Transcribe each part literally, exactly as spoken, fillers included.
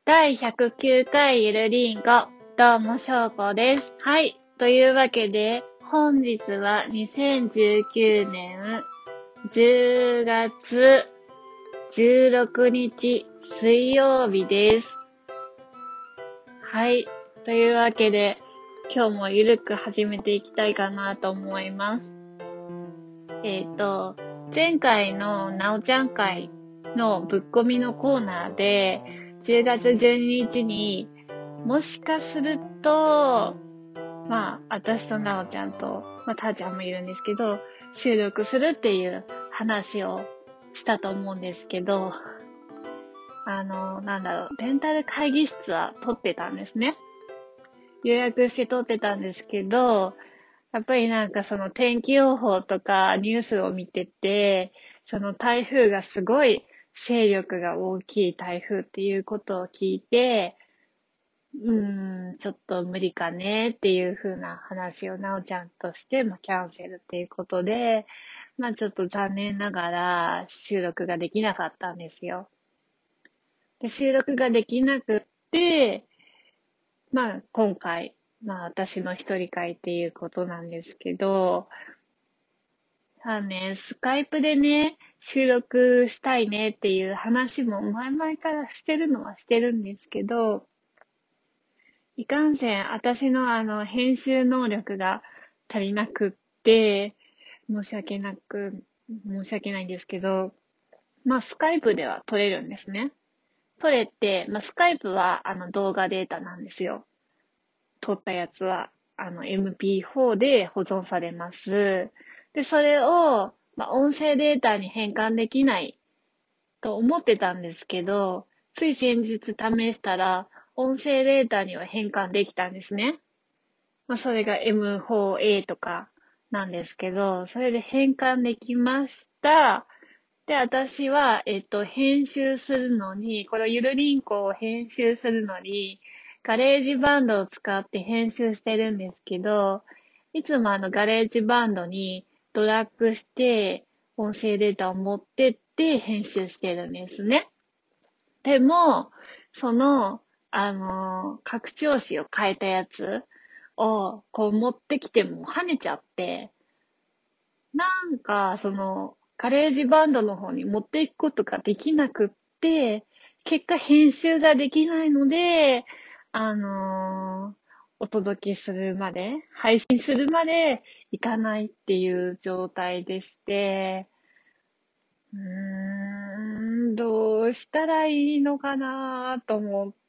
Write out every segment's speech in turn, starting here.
だいひゃくきゅうかいゆるりんご、どうもしょうこです。はい。というわけで、本日はにせんじゅうきゅうねんじゅうがつじゅうろくにち水曜日です。はい。というわけで、今日もゆるく始めていきたいかなと思います。えっと、前回のなおちゃん会のぶっこみのコーナーで、じゅうがつじゅうににちにもしかすると、まあ、私となおちゃんと、まあ、たーちゃんもいるんですけど、収録するっていう話をしたと思うんですけど、あの、なんだろう、デンタル会議室は取ってたんですね。予約して取ってたんですけど、やっぱりなんかその天気予報とかニュースを見てて、その台風がすごい勢力が大きい台風っていうことを聞いて、うーん、ちょっと無理かねっていう風な話をなおちゃんとして、まあ、キャンセルっていうことで、まあちょっと残念ながら収録ができなかったんですよ。で、収録ができなくって、まあ今回、まあ私の一人会っていうことなんですけど、さあね、スカイプでね、収録したいねっていう話も前々からしてるのはしてるんですけど、いかんせん、私のあの、編集能力が足りなくって、申し訳なく、申し訳ないんですけど、まあ、スカイプでは撮れるんですね。撮れて、まあ、スカイプはあの動画データなんですよ。撮ったやつは、あの、エムピーフォー で保存されます。で、それを、まあ、音声データに変換できないと思ってたんですけど、つい先日試したら、音声データには変換できたんですね。まあ、それが エムフォーエー とかなんですけど、それで変換できました。で、私は、えっと、編集するのに、このゆるりんこを編集するのに、ガレージバンドを使って編集してるんですけど、いつもあのガレージバンドにドラッグして、音声データを持ってって編集してるんですね。でも、その、あの、拡張子を変えたやつを、こう持ってきても跳ねちゃって、なんか、その、ガレージバンドの方に持っていくことができなくって、結果編集ができないので、あのお届けするまで、配信するまでいかないっていう状態でして、うーん、どうしたらいいのかなと思って、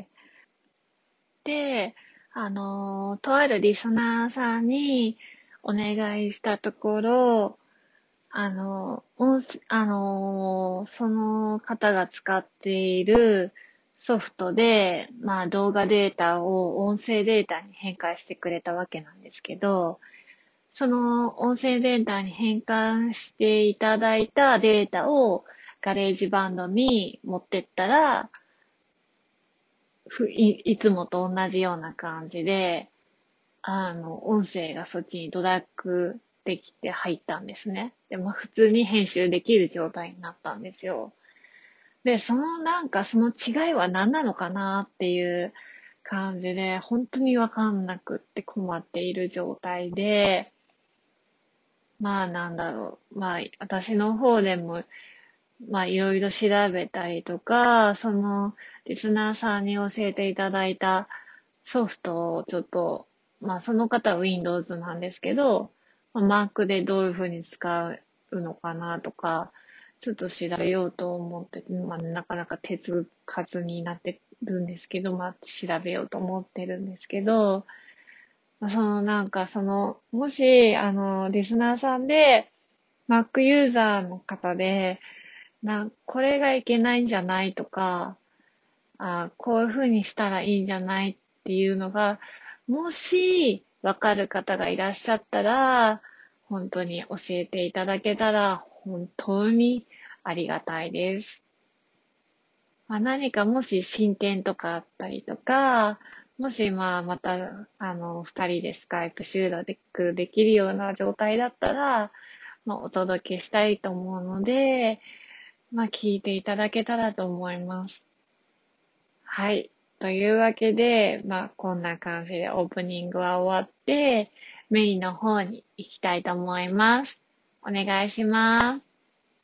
で、あの、とあるリスナーさんにお願いしたところ、あの、音声あの、その方が使っているソフトで、まあ動画データを音声データに変換してくれたわけなんですけど、その音声データに変換していただいたデータをガレージバンドに持ってったら、ふい、いつもと同じような感じで、あの、音声がそっちにドラッグできて入ったんですね。で、まあ普通に編集できる状態になったんですよ。で、そのなんかその違いは何なのかなっていう感じで、本当にわかんなくって困っている状態で、まあなんだろう。まあ私の方でも、まあいろいろ調べたりとか、そのリスナーさんに教えていただいたソフトをちょっと、まあその方は Windows なんですけど、まあ Mac でどういうふうに使うのかなとか、ちょっと調べようと思ってて、まあなかなか手つかずになってるんですけど、まあ調べようと思ってるんですけど、まあそのなんかその、もし、あの、リスナーさんで Mac ユーザーの方で、な、これがいけないんじゃないとか、あ、こういうふうにしたらいいんじゃないっていうのが、もしわかる方がいらっしゃったら、本当に教えていただけたら、本当にありがたいです。まあ、何かもし進展とかあったりとか、もしまあまた、あの、二人でスカイプ収録できるような状態だったら、まあ、お届けしたいと思うので、まあ、聞いていただけたらと思います。 はい。というわけで、まあ、こんな感じでオープニングは終わって、メインの方に行きたいと思います。お願いします。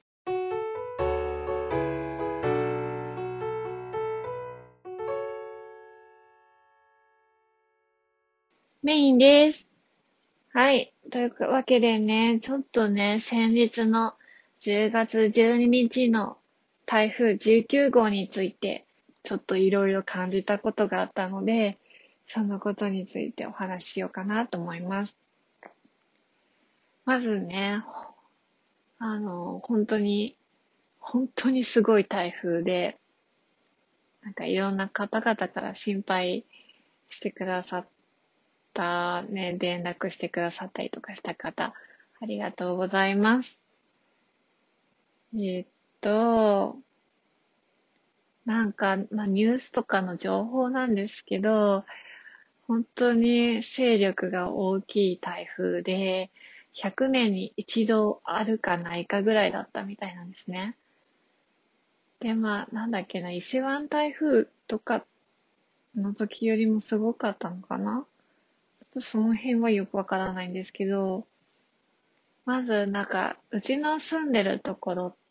メインです。はい。というわけでね、ちょっとね、先日のじゅうがつじゅうににちの台風じゅうきゅうごうについて、ちょっといろいろ感じたことがあったので、そのことについてお話ししようかなと思います。まずね、あの、本当に、本当にすごい台風で、なんかいろんな方々から心配してくださったね、連絡してくださったりとかした方、ありがとうございます。えーっと、なんか、まあ、ニュースとかの情報なんですけど、本当に勢力が大きい台風で、ひゃくねんに一度あるかないかぐらいだったみたいなんですね。で、まあ、なんだっけな、伊勢湾台風とかの時よりもすごかったのかな。ちょっとその辺はよくわからないんですけど、まず、なんか、うちの住んでるところって、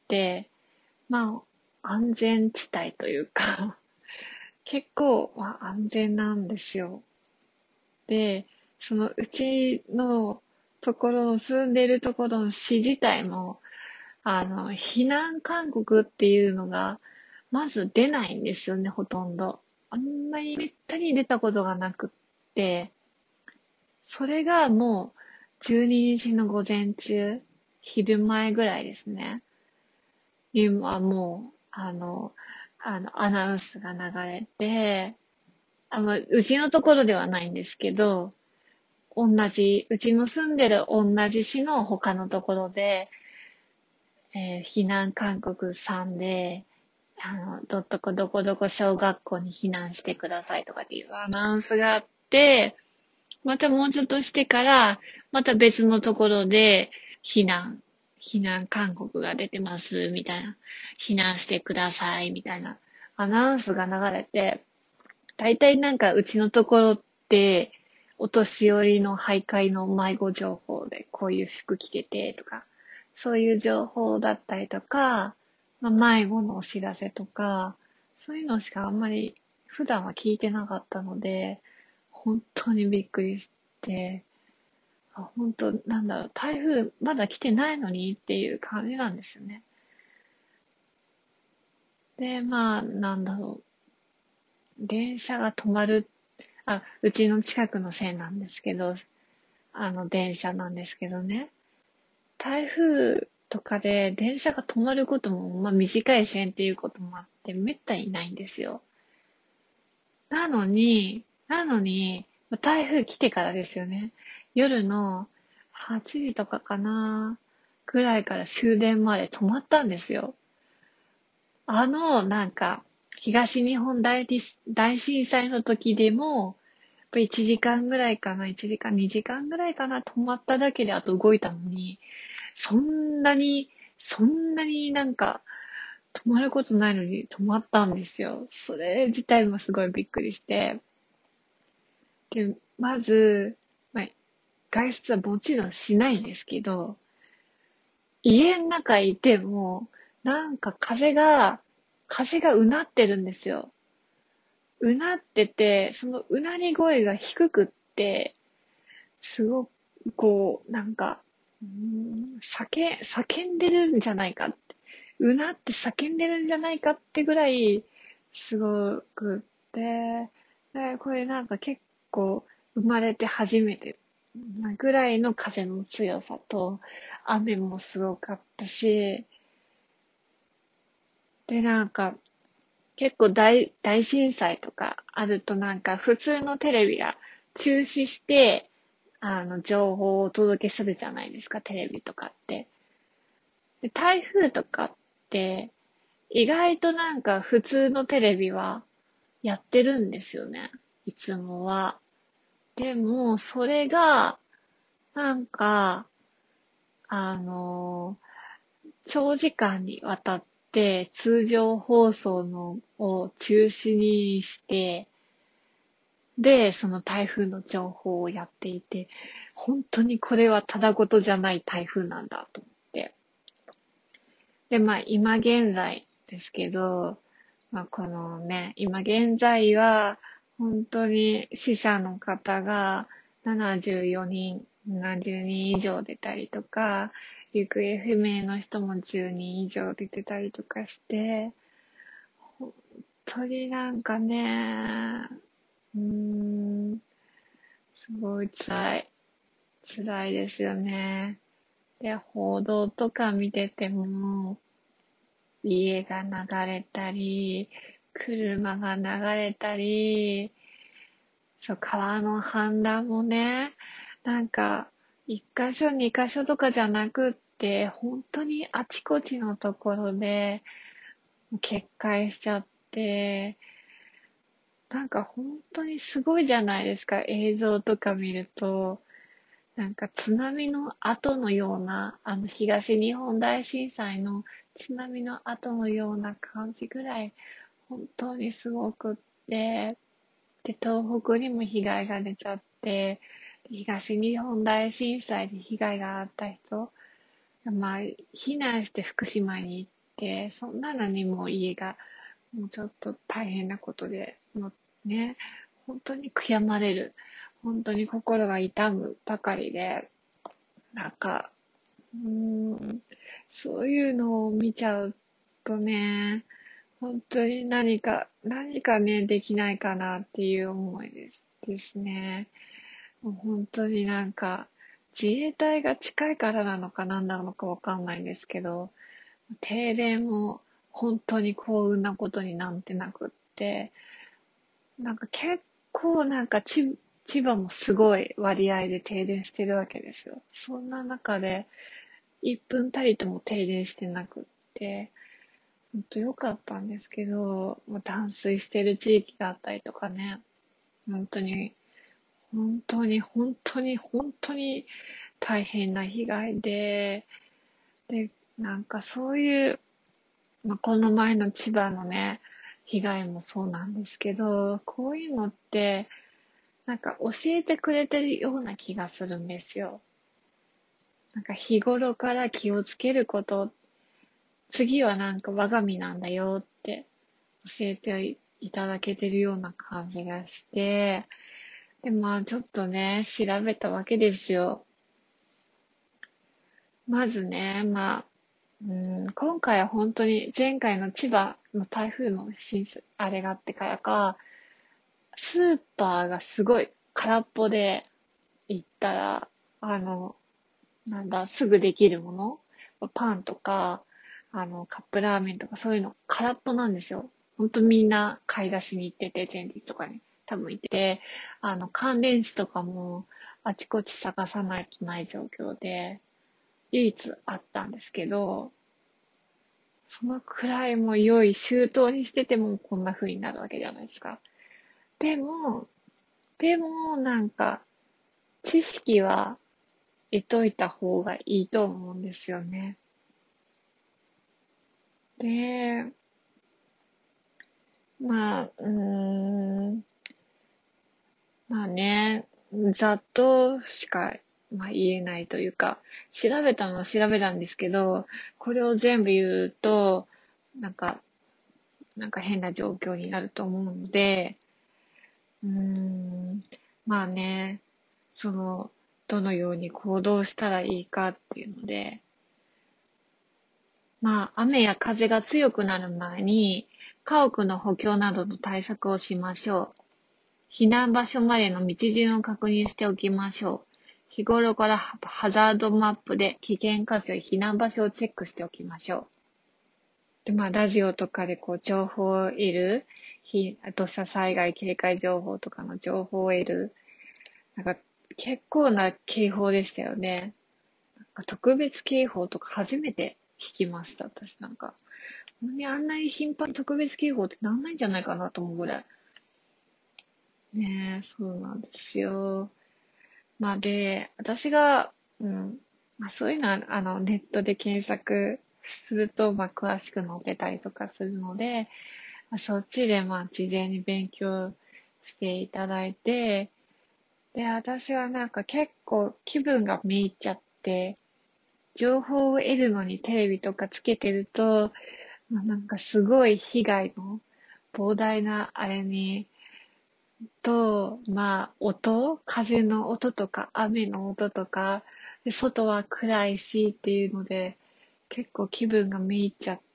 まあ、安全地帯というか結構、まあ、安全なんですよ。で、そのうちのところの住んでるところの市自体も、あの、避難勧告っていうのが、まず出ないんですよね、ほとんど。あんまりめったに出たことがなくって、それがもう、じゅうににちの午前中、昼前ぐらいですね。今もう、あの、あの、アナウンスが流れて、あの、うちのところではないんですけど、同じ、うちの住んでる同じ市の他のところで、えー避難勧告さんで、あの、どっとこどこどこ小学校に避難してくださいとかっていうアナウンスがあって、またもうちょっとしてから、また別のところで避難、避難勧告が出てます、みたいな。避難してください、みたいなアナウンスが流れて、大体なんかうちのところって、お年寄りの徘徊の迷子情報でこういう服着ててとか、そういう情報だったりとか、まあ、迷子のお知らせとか、そういうのしかあんまり普段は聞いてなかったので、本当にびっくりして、あ、本当なんだろう、台風まだ来てないのにっていう感じなんですよね。で、まあ、なんだろう、電車が止まる、あ、うちの近くの線なんですけど、あの、電車なんですけどね。台風とかで電車が止まることも、まあ短い線っていうこともあって、めったにないんですよ。なのに、なのに、台風来てからですよね。夜のはちじとかかな、ぐらいから終電まで止まったんですよ。あの、なんか、東日本大大震災の時でも、やっぱいちじかんぐらいかな、いちじかん、にじかんぐらいかな、止まっただけであと動いたのに、そんなに、そんなになんか、止まることないのに止まったんですよ。それ自体もすごいびっくりして。で、まず、まあ、外出はもちろんしないんですけど、家の中いても、なんか風が、風がうなってるんですよ。うなってて、そのうなり声が低くって、すごく、こう、なんか、うーん叫、叫んでるんじゃないかって、うなって叫んでるんじゃないかってぐらい、すごくって、でこれなんか結構生まれて初めてなぐらいの風の強さと、雨もすごかったし、でなんか結構大、大震災とかあるとなんか普通のテレビが中止して、あの、情報をお届けするじゃないですか、テレビとかって。で、台風とかって、意外となんか普通のテレビはやってるんですよね。いつもは。でも、それが、なんか、あの長時間にわたって通常放送のを中止にして、で、その台風の情報をやっていて、本当にこれはただごとじゃない台風なんだと思って。で、まあ今現在ですけど、まあこのね、今現在は本当に死者の方がななじゅうよにん、ななじゅうにん以上出たりとか、行方不明の人もじゅうにん以上出てたりとかして、本当になんかね、うーん、すごい辛い。辛いですよね。で、報道とか見てても、家が流れたり、車が流れたり、そう、川の氾濫もね、なんか、一箇所二箇所とかじゃなくって、本当にあちこちのところで決壊しちゃって、なんか本当にすごいじゃないですか、映像とか見ると。なんか津波の後のような、あの東日本大震災の津波の後のような感じぐらい、本当にすごくって、で、東北にも被害が出ちゃって、東日本大震災で被害があった人、まあ、避難して福島に行って、そんなのにも家がもうちょっと大変なことで、もうね、本当に悔やまれる。本当に心が痛むばかりで、なんか、うーん、そういうのを見ちゃうとね、本当に何か、何かね、できないかなっていう思いです、ですね。もう本当になんか、自衛隊が近いからなのか何なのかわかんないんですけど、停電も本当に幸運なことになんてなくって、なんか結構なんかち千葉もすごい割合で停電してるわけですよ。そんな中でいっぷんたりとも停電してなくって、ほんと良かったんですけど、もう断水してる地域があったりとかね、本当に、本当に、本当に、本当に大変な被害で、で、なんかそういう、まあ、この前の千葉のね、被害もそうなんですけど、こういうのって、なんか教えてくれてるような気がするんですよ。なんか日頃から気をつけること、次はなんか我が身なんだよって教えていただけてるような感じがして、で、まあちょっとね、調べたわけですよ。まずね、まあ、うん、今回は本当に前回の千葉の台風の浸水、あれがあってからか、スーパーがすごい空っぽで行ったら、あの、なんだ、すぐできるものパンとか、あの、カップラーメンとかそういうの空っぽなんですよ。ほんとみんな買い出しに行ってて、前日とかに多分行ってて、あの、乾電池とかもあちこち探さないとない状況で、唯一あったんですけど、そのくらいも良い周到にしててもこんな風になるわけじゃないですか。でも、でも、なんか、知識は得といた方がいいと思うんですよね。で、まあ、うーん、まあね、ざっとしか、まあ、言えないというか、調べたのは調べたんですけど、これを全部言うと、なんか、なんか変な状況になると思うので、うーん、まあね、その、どのように行動したらいいかっていうので、まあ、雨や風が強くなる前に、家屋の補強などの対策をしましょう。避難場所までの道順を確認しておきましょう。日頃からハザードマップで危険箇所や避難場所をチェックしておきましょう。で、まあ、ラジオとかでこう、情報を得る、ひ土砂災害警戒情報とかの情報を得る、なんか、結構な警報でしたよね。なんか特別警報とか初めて聞きました、私なんか。あんなに頻繁に特別警報ってなんないんじゃないかなと思うぐらい。ねえ、そうなんですよ。まあで、私が、うん、まあそういうのは、あの、ネットで検索すると、まあ、詳しく載ってたりとかするので、まあ、そっちで、まあ、事前に勉強していただいて、で、私はなんか結構気分がめいっちゃって、情報を得るのにテレビとかつけてると、まあ、なんかすごい被害の膨大なあれに、と、まあ、音、風の音とか雨の音とか、で外は暗いしっていうので、結構気分がめいっちゃって、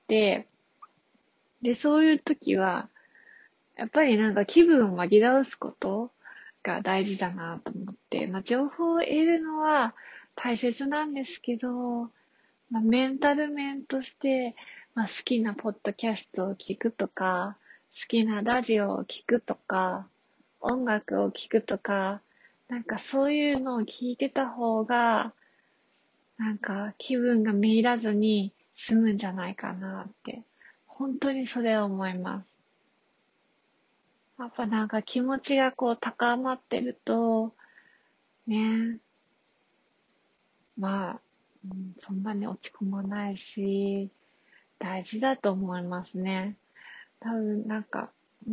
で、そういう時は、やっぱりなんか気分を紛らわすことが大事だなと思って、まあ、情報を得るのは大切なんですけど、まあ、メンタル面として、まあ、好きなポッドキャストを聞くとか、好きなラジオを聞くとか、音楽を聴くとか、なんかそういうのを聞いてた方が、なんか気分がめいらずに済むんじゃないかなって、本当にそれは思います。やっぱなんか気持ちがこう高まってると、ね、まあ、うん、そんなに落ち込まないし、大事だと思いますね。多分なんか、うん、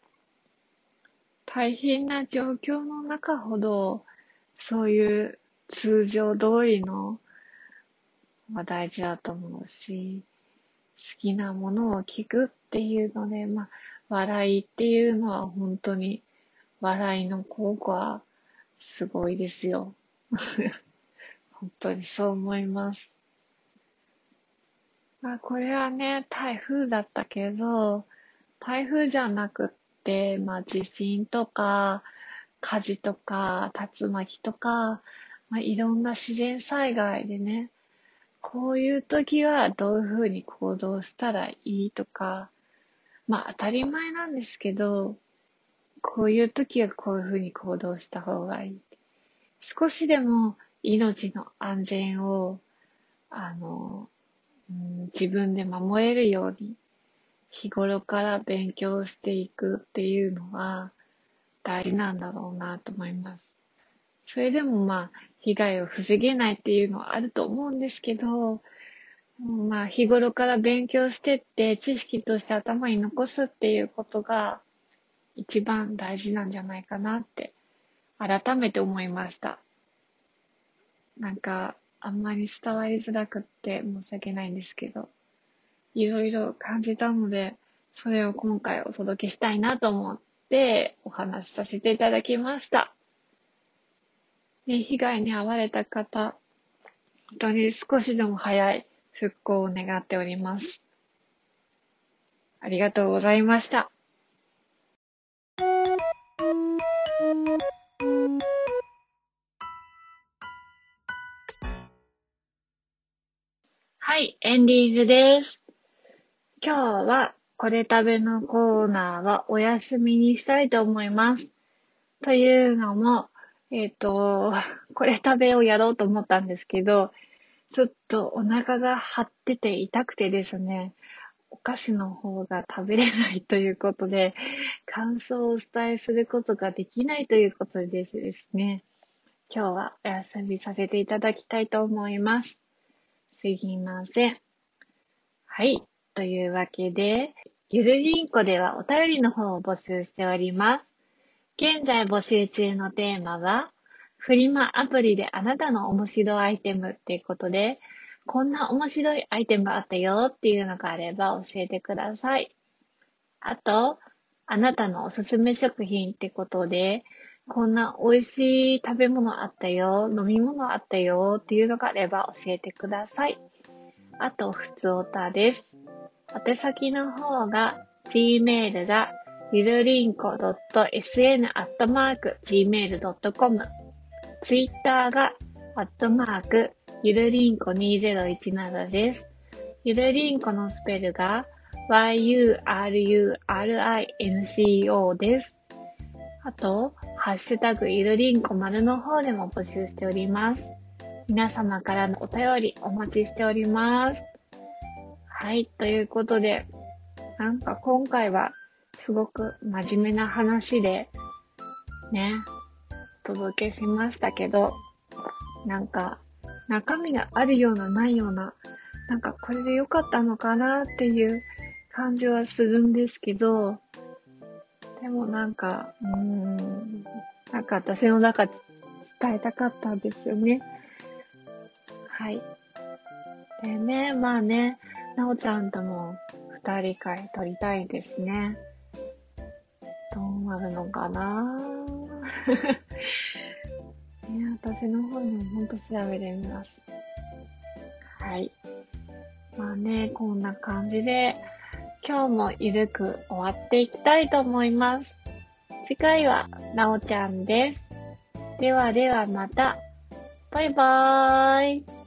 大変な状況の中ほど、そういう通常通りのが大事だと思うし、好きなものを聞くっていうので、まあ、笑いっていうのは本当に、笑いの効果はすごいですよ。本当にそう思います。まあ、これはね、台風だったけど、台風じゃなくって、まあ、地震とか、火事とか、竜巻とか、まあ、いろんな自然災害でね、こういう時はどういうふうに行動したらいいとか、まあ当たり前なんですけど、こういう時はこういうふうに行動した方がいい。少しでも命の安全を、あの、うん、自分で守れるように日頃から勉強していくっていうのは大事なんだろうなと思います。それでもまあ被害を防げないっていうのはあると思うんですけど、まあ、日頃から勉強してって、知識として頭に残すっていうことが一番大事なんじゃないかなって、改めて思いました。なんか、あんまり伝わりづらくって申し訳ないんですけど、いろいろ感じたので、それを今回お届けしたいなと思ってお話しさせていただきました。で、被害に遭われた方、本当に少しでも早い復興を願っております。ありがとうございました。はい、エンディングです。今日はこれ食べのコーナーはお休みにしたいと思います。というのも、えっと、これ食べをやろうと思ったんですけど、ちょっとお腹が張ってて痛くてですね、お菓子の方が食べれないということで、感想をお伝えすることができないということでですね、今日はお休みさせていただきたいと思います。すいません。はい。というわけで、ゆるりんこではお便りの方を募集しております。現在募集中のテーマは、フリマアプリであなたの面白いアイテムっていうことで、こんな面白いアイテムあったよっていうのがあれば教えてください。あと、あなたのおすすめ食品ってことで、こんな美味しい食べ物あったよ、飲み物あったよっていうのがあれば教えてください。あと、ふつおたです。宛先の方が、Gmail が、ゆるりんこ .sn アットマーク ジーメール ドットコム Twitter が、アットマーク、ゆるりんこにせんじゅうななです。ゆるりんこのスペルが、ワイユーアールユーアールアイエヌシーオー です。あと、ハッシュタグゆるりんこ丸の方でも募集しております。皆様からのお便りお待ちしております。はい、ということで、なんか今回はすごく真面目な話でね、お届けしましたけど、なんか中身があるようなないようななんかこれで良かったのかなっていう感じはするんですけど、でもなんか、うーん、なんか私の中で伝えたかったんですよね。はい。でね、まあね、なおちゃんとも二人会撮りたいですね。どうなるのかなね、私の方にもほんと調べてみます。はい。まあね、こんな感じで、今日もゆるく終わっていきたいと思います。次回は、なおちゃんです。ではではまた。バイバーイ。